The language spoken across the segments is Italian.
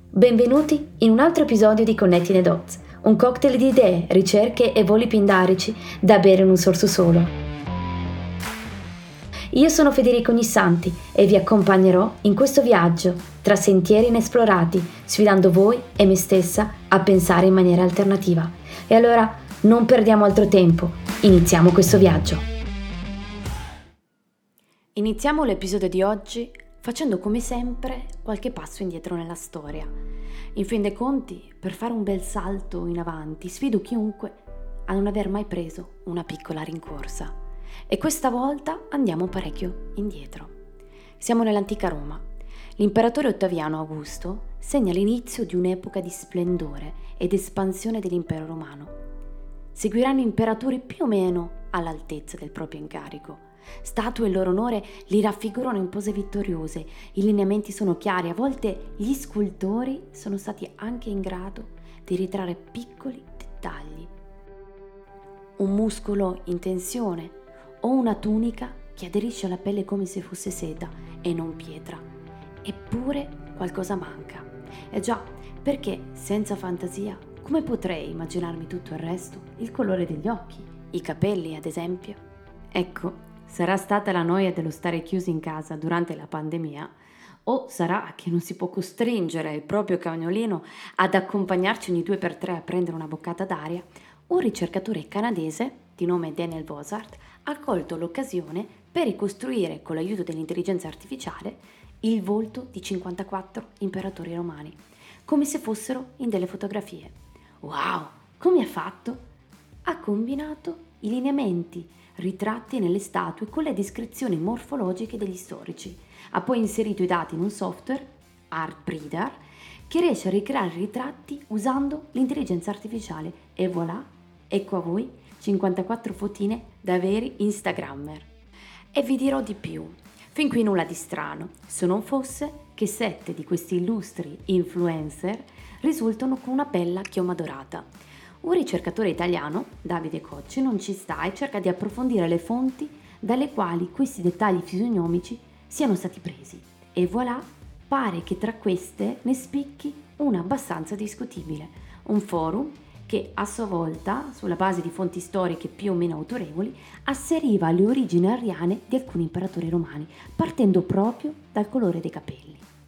Benvenuti in un altro episodio di Connecting the Dots, un cocktail di idee, ricerche e voli pindarici da bere in un sorso solo. Io sono Federico Ognissanti e vi accompagnerò in questo viaggio tra sentieri inesplorati, sfidando voi e me stessa a pensare in maniera alternativa. E allora non perdiamo altro tempo, iniziamo questo viaggio. Iniziamo l'episodio di oggi facendo come sempre qualche passo indietro nella storia. In fin dei conti, per fare un bel salto in avanti, sfido chiunque a non aver mai preso una piccola rincorsa. E questa volta andiamo parecchio indietro. Siamo nell'antica Roma. L'imperatore Ottaviano Augusto segna l'inizio di un'epoca di splendore ed espansione dell'impero romano. Seguiranno imperatori più o meno all'altezza del proprio incarico. Statue in loro onore li raffigurano in pose vittoriose, i lineamenti sono chiari, a volte gli scultori sono stati anche in grado di ritrarre piccoli dettagli. Un muscolo in tensione o una tunica che aderisce alla pelle come se fosse seta e non pietra. Eppure qualcosa manca. E già, perché senza fantasia come potrei immaginarmi tutto il resto? Il colore degli occhi, i capelli ad esempio. Ecco, sarà stata la noia dello stare chiusi in casa durante la pandemia, o sarà che non si può costringere il proprio cagnolino ad accompagnarci ogni 2x3 a prendere una boccata d'aria. Un ricercatore canadese di nome Daniel Bossart ha colto l'occasione per ricostruire con l'aiuto dell'intelligenza artificiale il volto di 54 imperatori romani, come se fossero in delle fotografie. Wow, come ha fatto? Ha combinato i lineamenti ritratti nelle statue con le descrizioni morfologiche degli storici. Ha poi inserito i dati in un software, ArtBreeder, che riesce a ricreare i ritratti usando l'intelligenza artificiale. E voilà, ecco a voi 54 fotine da veri Instagrammer. E vi dirò di più. Fin qui nulla di strano, se non fosse che 7 di questi illustri influencer risultano con una bella chioma dorata. Un ricercatore italiano, Davide Cocci, non ci sta e cerca di approfondire le fonti dalle quali questi dettagli fisionomici siano stati presi. E voilà, pare che tra queste ne spicchi una abbastanza discutibile. Un forum che a sua volta, sulla base di fonti storiche più o meno autorevoli, asseriva le origini ariane di alcuni imperatori romani, partendo proprio dal colore dei capelli.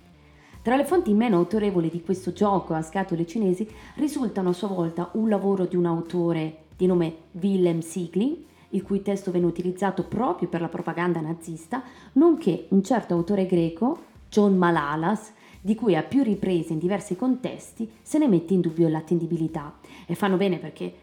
Tra le fonti meno autorevoli di questo gioco a scatole cinesi risultano a sua volta un lavoro di un autore di nome Wilhelm Siegling, il cui testo venne utilizzato proprio per la propaganda nazista, nonché un certo autore greco, John Malalas, di cui a più riprese in diversi contesti se ne mette in dubbio l'attendibilità. E fanno bene perché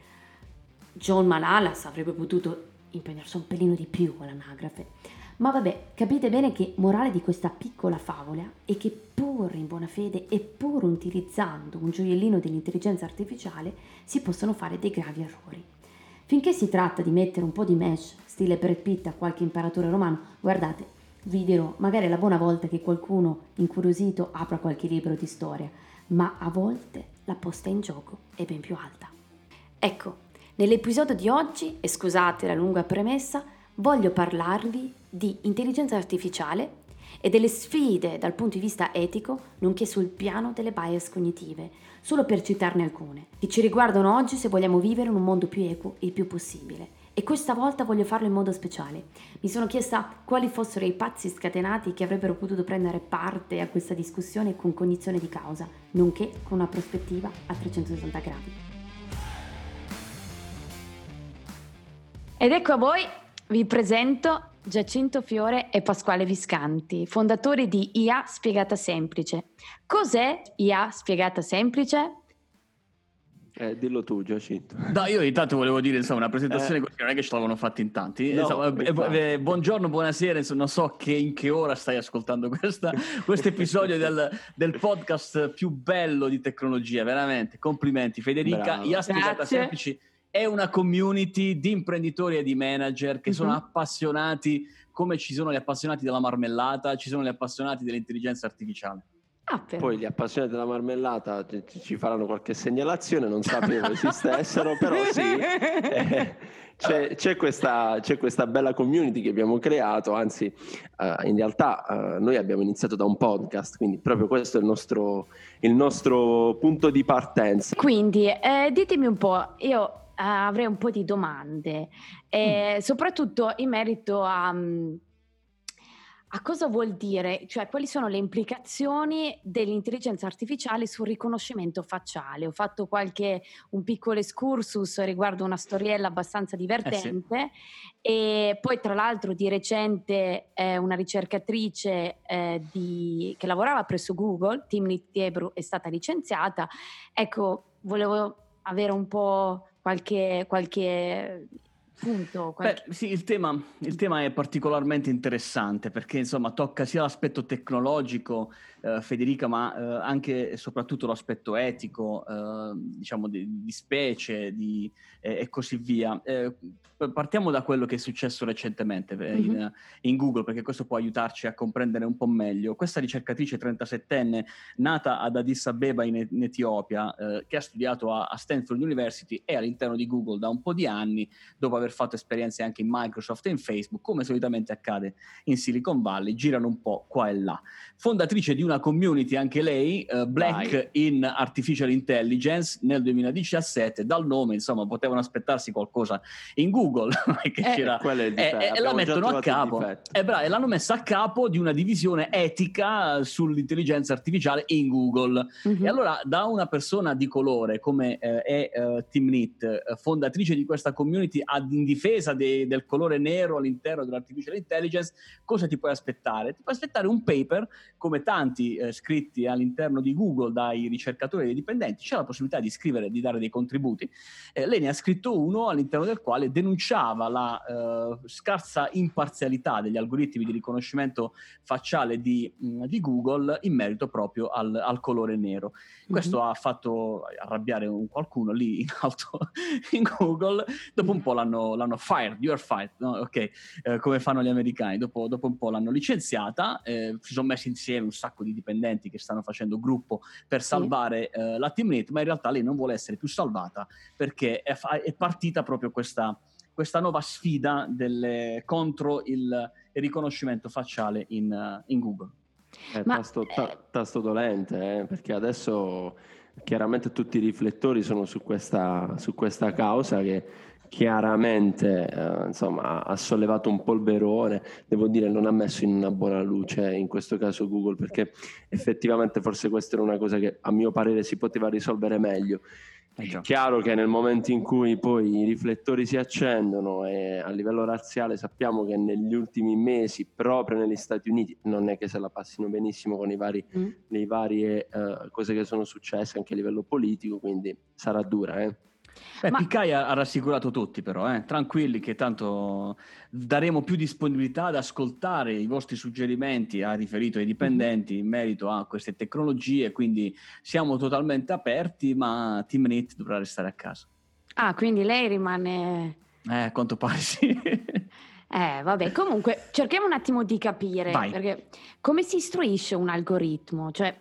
John Malalas avrebbe potuto impegnarsi un pelino di più all'anagrafe. Ma vabbè, capite bene che morale di questa piccola favola è che pur in buona fede e pur utilizzando un gioiellino dell'intelligenza artificiale si possono fare dei gravi errori. Finché si tratta di mettere un po' di mesh, stile Brad Pitt a qualche imperatore romano, guardate, vi dirò, magari è la buona volta che qualcuno incuriosito apra qualche libro di storia, ma a volte la posta in gioco è ben più alta. Ecco, nell'episodio di oggi, e scusate la lunga premessa, voglio parlarvi di intelligenza artificiale e delle sfide dal punto di vista etico, nonché sul piano delle bias cognitive, solo per citarne alcune, che ci riguardano oggi se vogliamo vivere in un mondo più equo il più possibile. E questa volta voglio farlo in modo speciale. Mi sono chiesta quali fossero i pazzi scatenati che avrebbero potuto prendere parte a questa discussione con cognizione di causa, nonché con una prospettiva a 360 gradi. Ed ecco a voi, vi presento Giacinto Fiore e Pasquale Viscanti, fondatori di IA Spiegata Semplice. Cos'è IA Spiegata Semplice? Dillo tu, Giacinto. No, io intanto volevo dire, insomma, una presentazione così non è che ce l'avevano fatta in tanti. No, Insomma, buongiorno, buonasera, insomma, non so in che ora stai ascoltando questo episodio del podcast più bello di tecnologia, veramente. Complimenti, Federica. Bravo. IA Spiegata Semplice è una community di imprenditori e di manager che sono appassionati, come ci sono gli appassionati della marmellata, ci sono gli appassionati dell'intelligenza artificiale. Poi gli appassionati della marmellata ci faranno qualche segnalazione, non sapevo esistessero, però sì, c'è questa bella community che abbiamo creato, anzi in realtà noi abbiamo iniziato da un podcast, quindi proprio questo è il nostro punto di partenza. Quindi ditemi un po', io avrei un po' di domande, soprattutto in merito a cosa vuol dire, cioè quali sono le implicazioni dell'intelligenza artificiale sul riconoscimento facciale. Ho fatto un piccolo excursus riguardo una storiella abbastanza divertente, e poi tra l'altro di recente una ricercatrice che lavorava presso Google, Timnit Gebru, è stata licenziata. Ecco, volevo avere un po' qualche punto. Sì, il tema è particolarmente interessante perché insomma tocca sia l'aspetto tecnologico, Federica, ma anche e soprattutto l'aspetto etico, diciamo di specie e così via. Partiamo da quello che è successo recentemente in Google, perché questo può aiutarci a comprendere un po' meglio. Questa ricercatrice 37enne, nata ad Addis Abeba in Etiopia, che ha studiato a Stanford University e all'interno di Google da un po' di anni, dopo aver fatto esperienze anche in Microsoft e in Facebook, come solitamente accade in Silicon Valley, girano un po' qua e là. Fondatrice di una community, anche lei, Black in Artificial Intelligence, nel 2017, dal nome, insomma, potevano aspettarsi qualcosa in Google, che c'era, e la mettono a capo, e l'hanno messa a capo di una divisione etica sull'intelligenza artificiale in Google. E allora, da una persona di colore come è Timnit, fondatrice di questa community in difesa del colore nero all'interno dell'artificial intelligence, cosa ti puoi aspettare? Ti puoi aspettare un paper come tanti scritti all'interno di Google dai ricercatori e dai dipendenti. C'è la possibilità di scrivere, di dare dei contributi. Lei ne ha scritto uno all'interno del quale denunciava la scarsa imparzialità degli algoritmi di riconoscimento facciale di Google in merito proprio al colore nero. Questo ha fatto arrabbiare qualcuno lì in alto in Google. Dopo un po' l'hanno fired, you are fired, no? Ok, come fanno gli americani. Dopo un po' l'hanno licenziata, si sono messi insieme un sacco di dipendenti che stanno facendo gruppo per salvare la Timnit, ma in realtà lei non vuole essere più salvata perché è partita proprio questa nuova sfida contro il riconoscimento facciale in Google. Tasto dolente, perché adesso chiaramente tutti i riflettori sono su questa causa che chiaramente insomma ha sollevato un polverone. Devo dire, non ha messo in una buona luce in questo caso Google, perché effettivamente forse questa era una cosa che a mio parere si poteva risolvere meglio. È chiaro che nel momento in cui poi i riflettori si accendono, e a livello razziale sappiamo che negli ultimi mesi proprio negli Stati Uniti non è che se la passino benissimo con le varie cose che sono successe anche a livello politico, quindi sarà dura. Piccai ha rassicurato tutti, però tranquilli, che tanto daremo più disponibilità ad ascoltare i vostri suggerimenti, ha riferito ai dipendenti in merito a queste tecnologie, quindi siamo totalmente aperti, ma Timnit dovrà restare a casa. Quindi lei rimane... A quanto pare sì. Vabbè, comunque cerchiamo un attimo di capire, perché come si istruisce un algoritmo? Cioè,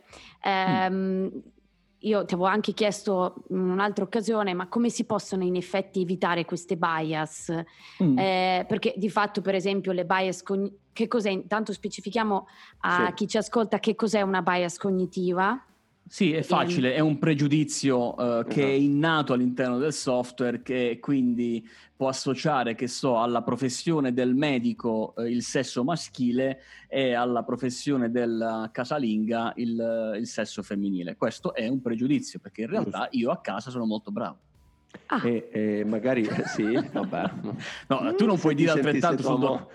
io ti avevo anche chiesto in un'altra occasione, ma come si possono in effetti evitare queste bias? Perché di fatto, per esempio, le bias che cos'è? Intanto specifichiamo a chi ci ascolta che cos'è una bias cognitiva. Sì, è facile, è un pregiudizio che è innato all'interno del software, che quindi può associare, che so, alla professione del medico il sesso maschile e alla professione del casalinga il sesso femminile. Questo è un pregiudizio, perché in realtà io a casa sono molto bravo. E magari sì, vabbè. No, tu non puoi dire altrettanto sul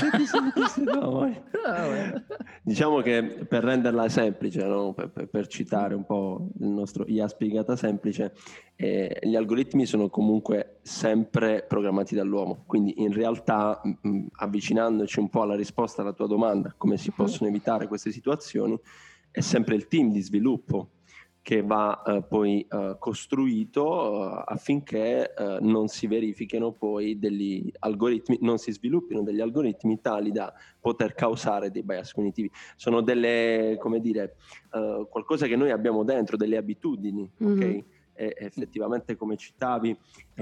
Diciamo che per renderla semplice, no? per citare un po' il nostro IA spiegata semplice, gli algoritmi sono comunque sempre programmati dall'uomo, quindi in realtà avvicinandoci un po' alla risposta alla tua domanda, come si possono evitare queste situazioni, è sempre il team di sviluppo che va poi costruito affinché non si verifichino poi degli algoritmi, non si sviluppino degli algoritmi tali da poter causare dei bias cognitivi. Sono delle, come dire, qualcosa che noi abbiamo dentro, delle abitudini, ok? E effettivamente, come citavi,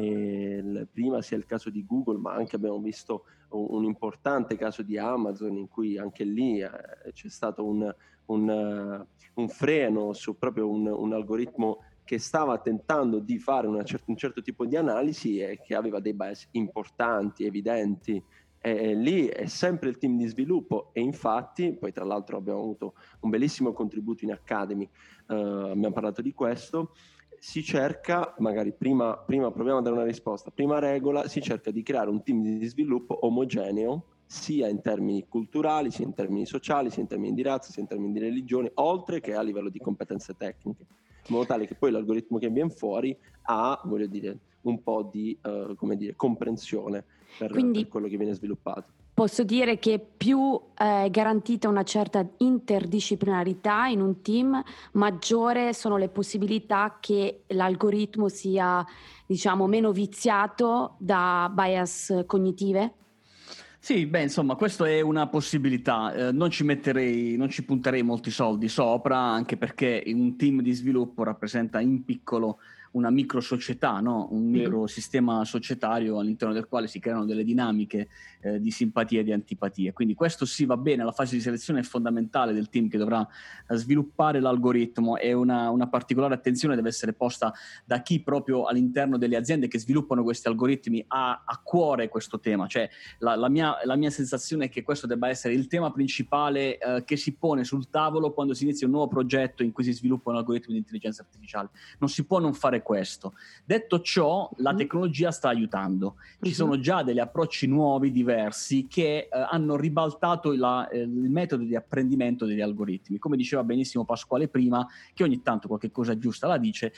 prima sia il caso di Google, ma anche abbiamo visto un importante caso di Amazon, in cui anche lì c'è stato un freno su proprio un algoritmo che stava tentando di fare un certo tipo di analisi e che aveva dei bias importanti, evidenti. E lì è sempre il team di sviluppo, e infatti poi tra l'altro abbiamo avuto un bellissimo contributo in Academy, abbiamo parlato di questo. Si cerca, magari prima proviamo a dare una risposta, prima regola, si cerca di creare un team di sviluppo omogeneo, sia in termini culturali, sia in termini sociali, sia in termini di razza, sia in termini di religione, oltre che a livello di competenze tecniche, in modo tale che poi l'algoritmo che viene fuori ha, voglio dire, un po' di come dire, comprensione per quello che viene sviluppato. Posso dire che più è garantita una certa interdisciplinarità in un team, maggiore sono le possibilità che l'algoritmo sia, diciamo, meno viziato da bias cognitive? Sì, beh, insomma, questa è una possibilità. Non ci punterei molti soldi sopra, anche perché un team di sviluppo rappresenta in piccolo una micro società, no? Un microsistema societario all'interno del quale si creano delle dinamiche di simpatia e di antipatia. Quindi questo sì, va bene, la fase di selezione è fondamentale del team che dovrà sviluppare l'algoritmo, e una particolare attenzione deve essere posta da chi proprio all'interno delle aziende che sviluppano questi algoritmi ha a cuore questo tema. Cioè la mia sensazione è che questo debba essere il tema principale che si pone sul tavolo quando si inizia un nuovo progetto in cui si sviluppa un algoritmo di intelligenza artificiale. Non si può non fare questo. Detto ciò, la tecnologia sta aiutando. Ci sono già degli approcci nuovi, diversi, che hanno ribaltato il metodo di apprendimento degli algoritmi. Come diceva benissimo Pasquale prima, che ogni tanto qualche cosa giusta la dice,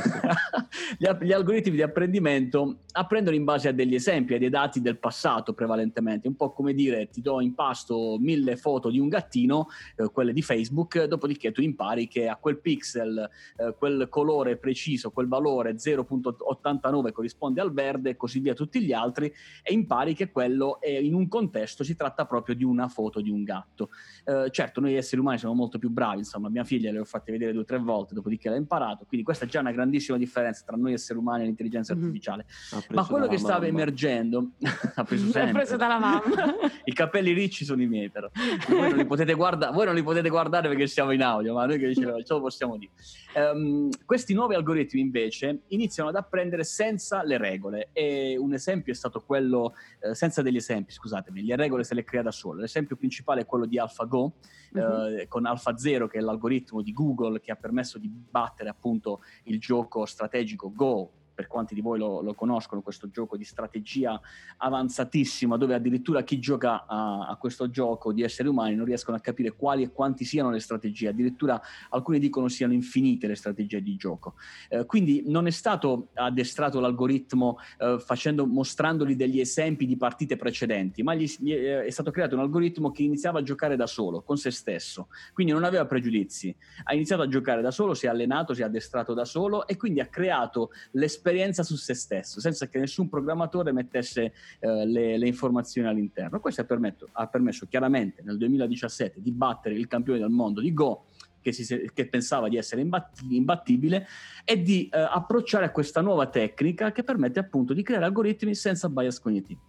gli algoritmi di apprendimento apprendono in base a degli esempi, a dei dati del passato prevalentemente, un po' come dire ti do in pasto 1000 foto di un gattino, quelle di Facebook, dopodiché tu impari che a quel pixel, quel colore preciso, quel valore 0.89 corrisponde al verde e così via tutti gli altri, e impari che quello è, in un contesto si tratta proprio di una foto di un gatto. Certo, noi esseri umani siamo molto più bravi, insomma mia figlia le ho fatte vedere 2 o 3 volte, dopodiché l'ha imparato, quindi questa è già una grandissima differenza tra noi esseri umani e l'intelligenza artificiale. Ma quello che stava emergendo ha preso dalla mamma. I capelli ricci sono i miei, però voi non li potete guardare perché siamo in audio, ma noi che ce lo possiamo dire. Questi nuovi algoritmi invece iniziano ad apprendere senza le regole, e un esempio è stato quello senza degli esempi, scusatemi, le regole se le crea da solo. L'esempio principale è quello di AlphaGo, con AlphaZero, che è l'algoritmo di Google che ha permesso di battere appunto il gioco strategico Go. Per quanti di voi lo conoscono, questo gioco di strategia avanzatissima, dove addirittura chi gioca a questo gioco di esseri umani non riescono a capire quali e quanti siano le strategie, addirittura alcuni dicono siano infinite le strategie di gioco. Quindi non è stato addestrato l'algoritmo mostrandogli degli esempi di partite precedenti, ma è stato creato un algoritmo che iniziava a giocare da solo, con se stesso, quindi non aveva pregiudizi, ha iniziato a giocare da solo, si è allenato, si è addestrato da solo, e quindi ha creato l'esperienza su se stesso, senza che nessun programmatore mettesse le informazioni all'interno. Questo ha permesso chiaramente nel 2017 di battere il campione del mondo di Go, che pensava di essere imbattibile, e di approcciare a questa nuova tecnica che permette appunto di creare algoritmi senza bias cognitivi.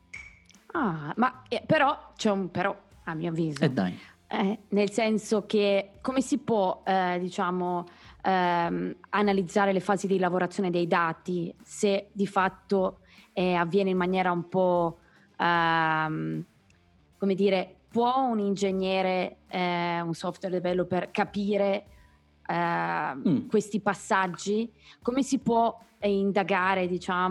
Però c'è un però, a mio avviso. Nel senso che come si può analizzare le fasi di lavorazione dei dati se di fatto avviene in maniera un po' come dire, può un ingegnere, un software developer capire questi passaggi? Come si può indagare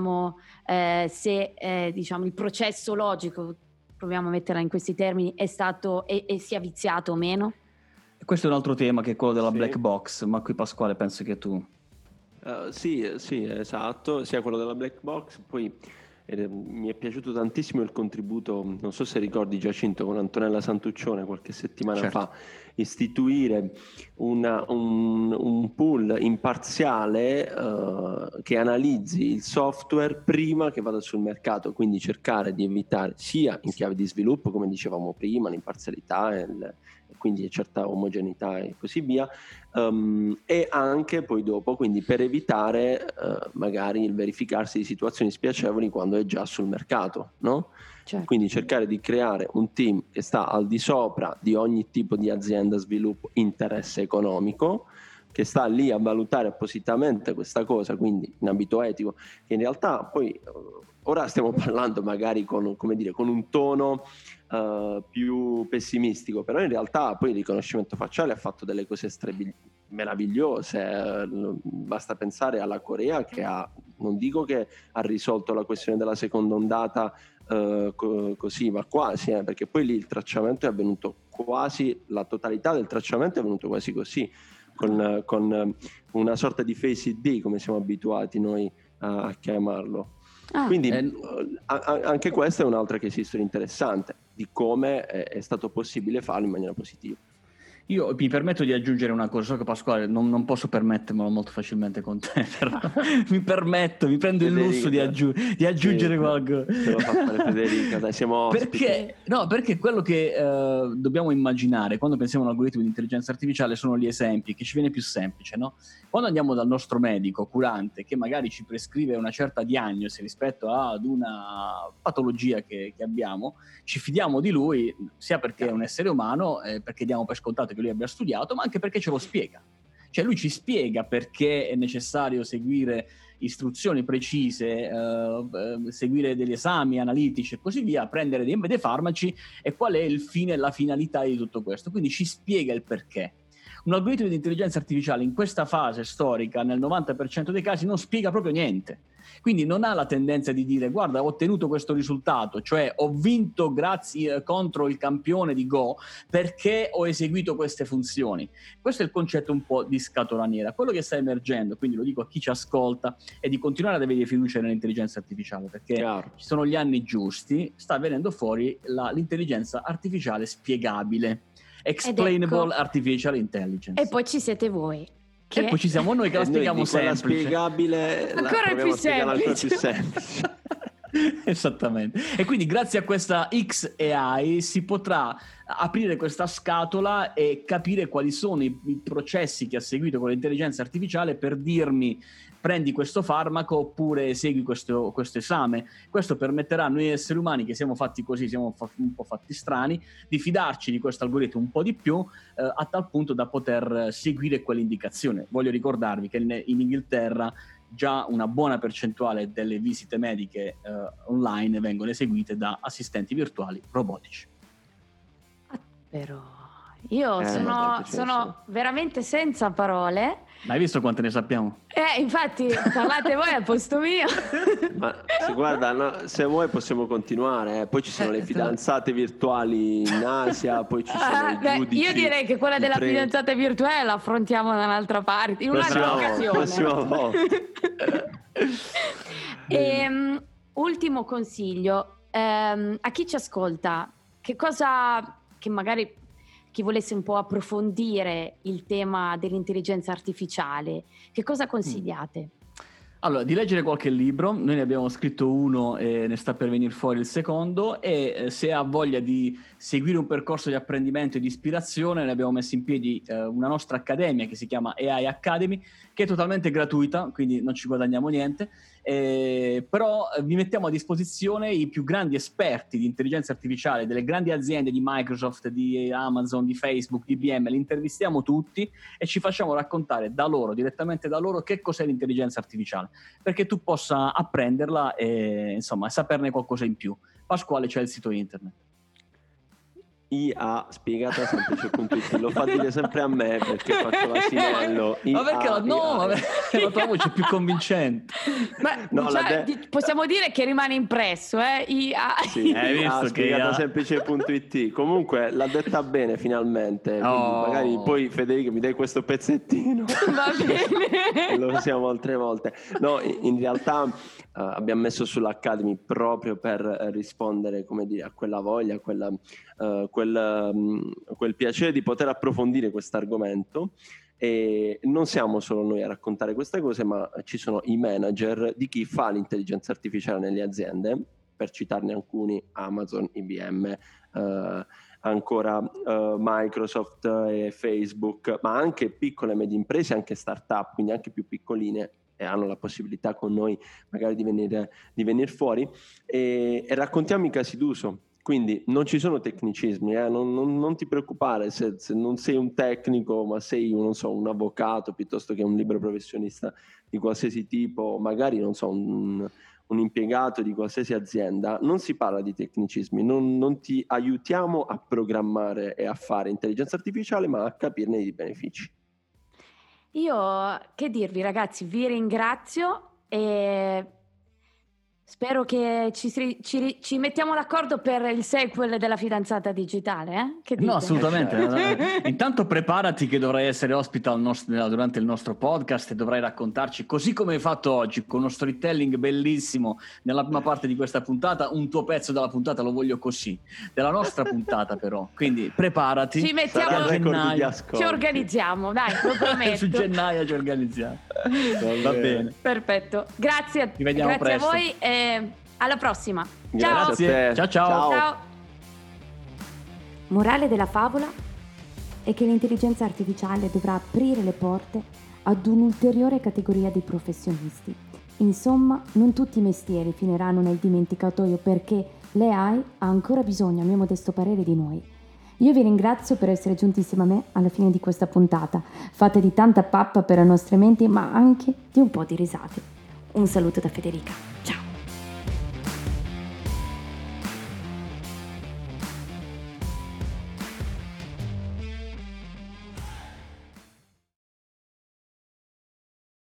se il processo logico, proviamo a metterla in questi termini, è stato e sia viziato o meno? Questo è un altro tema, che è quello della black box, ma qui Pasquale penso che tu... Sì, esatto, sia quello della black box, poi mi è piaciuto tantissimo il contributo, non so se ricordi Giacinto, con Antonella Santuccione qualche settimana fa, istituire un pool imparziale che analizzi il software prima che vada sul mercato, quindi cercare di evitare sia in chiave di sviluppo, come dicevamo prima, l'imparzialità e quindi certa omogeneità e così via, e anche poi dopo, quindi per evitare magari il verificarsi di situazioni spiacevoli quando è già sul mercato, no? Certo. Quindi cercare di creare un team che sta al di sopra di ogni tipo di azienda, sviluppo, interesse economico, che sta lì a valutare appositamente questa cosa, quindi in ambito etico, che in realtà poi ora stiamo parlando magari con, come dire, con un tono più pessimistico, però in realtà poi il riconoscimento facciale ha fatto delle cose meravigliose, basta pensare alla Corea che non dico che ha risolto la questione della seconda ondata così, ma quasi, perché poi lì il tracciamento è avvenuto quasi, la totalità del tracciamento è avvenuto quasi così, con una sorta di face ID, come siamo abituati noi a chiamarlo. Quindi anche questa è un'altra case history interessante di come è stato possibile farlo in maniera positiva. Io mi permetto di aggiungere una cosa, so che Pasquale non posso permettermelo molto facilmente con te, però mi prendo il lusso di aggiungere qualcosa. Te lo fa fare Federica, dai, siamo ospiti. Perché quello che dobbiamo immaginare quando pensiamo a un algoritmo di intelligenza artificiale sono gli esempi, che ci viene più semplice, no? Quando andiamo dal nostro medico curante che magari ci prescrive una certa diagnosi rispetto ad una patologia che abbiamo, ci fidiamo di lui sia perché è un essere umano, perché diamo per scontato che lui abbia studiato, ma anche perché ce lo spiega. Cioè lui ci spiega perché è necessario seguire istruzioni precise, seguire degli esami analitici e così via, prendere dei farmaci e qual è il fine e la finalità di tutto questo. Quindi ci spiega il perché. Un algoritmo di intelligenza artificiale in questa fase storica, nel 90% dei casi, non spiega proprio niente. Quindi non ha la tendenza di dire guarda, ho ottenuto questo risultato, cioè ho vinto contro il campione di Go perché ho eseguito queste funzioni. Questo è il concetto un po' di scatola nera. Quello che sta emergendo, quindi lo dico a chi ci ascolta, è di continuare ad avere fiducia nell'intelligenza artificiale, perché ci sono gli anni giusti, sta venendo fuori l'intelligenza artificiale spiegabile. Explainable Artificial Intelligence. E poi ci siete voi. E poi ci siamo noi che la spieghiamo semplice. Spiegabile, ancora più semplice. Esattamente. E quindi grazie a questa XAI si potrà aprire questa scatola e capire quali sono i processi che ha seguito con l'intelligenza artificiale per dirmi prendi questo farmaco oppure segui questo esame. Questo permetterà a noi esseri umani, che siamo fatti così, siamo un po' fatti strani, di fidarci di questo algoritmo un po' di più, a tal punto da poter seguire quell'indicazione. Voglio ricordarvi che in Inghilterra già una buona percentuale delle visite mediche online vengono eseguite da assistenti virtuali robotici. Però io sono veramente senza parole. Ma hai visto quante ne sappiamo? Infatti parlate voi al posto mio. Ma guarda, no, se vuoi possiamo continuare, poi ci sono le fidanzate virtuali in Asia, poi ci sono i giudici. Io direi che quella della fidanzata virtuale la affrontiamo da un'altra parte, in un'altra occasione. Prossima volta. Ultimo consiglio, a chi ci ascolta, che magari chi volesse un po' approfondire il tema dell'intelligenza artificiale, che cosa consigliate? Allora, di leggere qualche libro, noi ne abbiamo scritto uno e ne sta per venire fuori il secondo, e se ha voglia di seguire un percorso di apprendimento e di ispirazione, ne abbiamo messo in piedi una nostra accademia che si chiama AI Academy, che è totalmente gratuita, quindi non ci guadagniamo niente, però vi mettiamo a disposizione i più grandi esperti di intelligenza artificiale delle grandi aziende di Microsoft, di Amazon, di Facebook, di IBM, li intervistiamo tutti e ci facciamo raccontare da loro, direttamente da loro, che cos'è l'intelligenza artificiale, perché tu possa apprenderla e insomma saperne qualcosa in più. Pasquale, c'è il sito internet. IA spiegata semplice.it, lo fa dire sempre a me perché faccio l'asinello. Ma perché la tua voce è più convincente. Possiamo dire che rimane impresso, IA. Sì, IA spiegata semplice.it. Comunque l'ha detta bene finalmente, magari poi Federica mi dai questo pezzettino. Va bene. Lo usiamo altre volte. No, in realtà abbiamo messo sull'Academy proprio per rispondere, come dire, a quella voglia, quel piacere di poter approfondire questo argomento. E non siamo solo noi a raccontare queste cose, ma ci sono i manager di chi fa l'intelligenza artificiale nelle aziende, per citarne alcuni: Amazon, IBM, ancora Microsoft e Facebook, ma anche piccole e medie imprese, anche start-up, quindi anche più piccoline, e hanno la possibilità con noi magari di venire fuori e raccontiamo i casi d'uso. Quindi non ci sono tecnicismi, non ti preoccupare se non sei un tecnico, ma sei un avvocato piuttosto che un libero professionista di qualsiasi tipo, magari un impiegato di qualsiasi azienda. Non si parla di tecnicismi, non ti aiutiamo a programmare e a fare intelligenza artificiale, ma a capirne i benefici. Io, che dirvi ragazzi, vi ringrazio e spero che ci mettiamo d'accordo per il sequel della Fidanzata Digitale, Che dite? No, assolutamente. Intanto preparati che dovrai essere ospite durante il nostro podcast e dovrai raccontarci, così come hai fatto oggi, con uno storytelling bellissimo nella prima parte di questa puntata, un tuo pezzo della puntata, lo voglio così, della nostra puntata però. Quindi preparati. Ci mettiamo a gennaio. Ci organizziamo, dai, lo prometto. Su gennaio ci organizziamo. Va bene. Perfetto. Grazie. Ci vediamo presto. A voi e alla prossima. Grazie. Ciao. Ciao. Morale della favola è che l'intelligenza artificiale dovrà aprire le porte ad un'ulteriore categoria di professionisti. Insomma, non tutti i mestieri finiranno nel dimenticatoio perché l'AI ha ancora bisogno, a mio modesto parere, di noi. Io vi ringrazio per essere giunti insieme a me alla fine di questa puntata, fatta di tanta pappa per le nostre menti, ma anche di un po' di risate. Un saluto da Federica.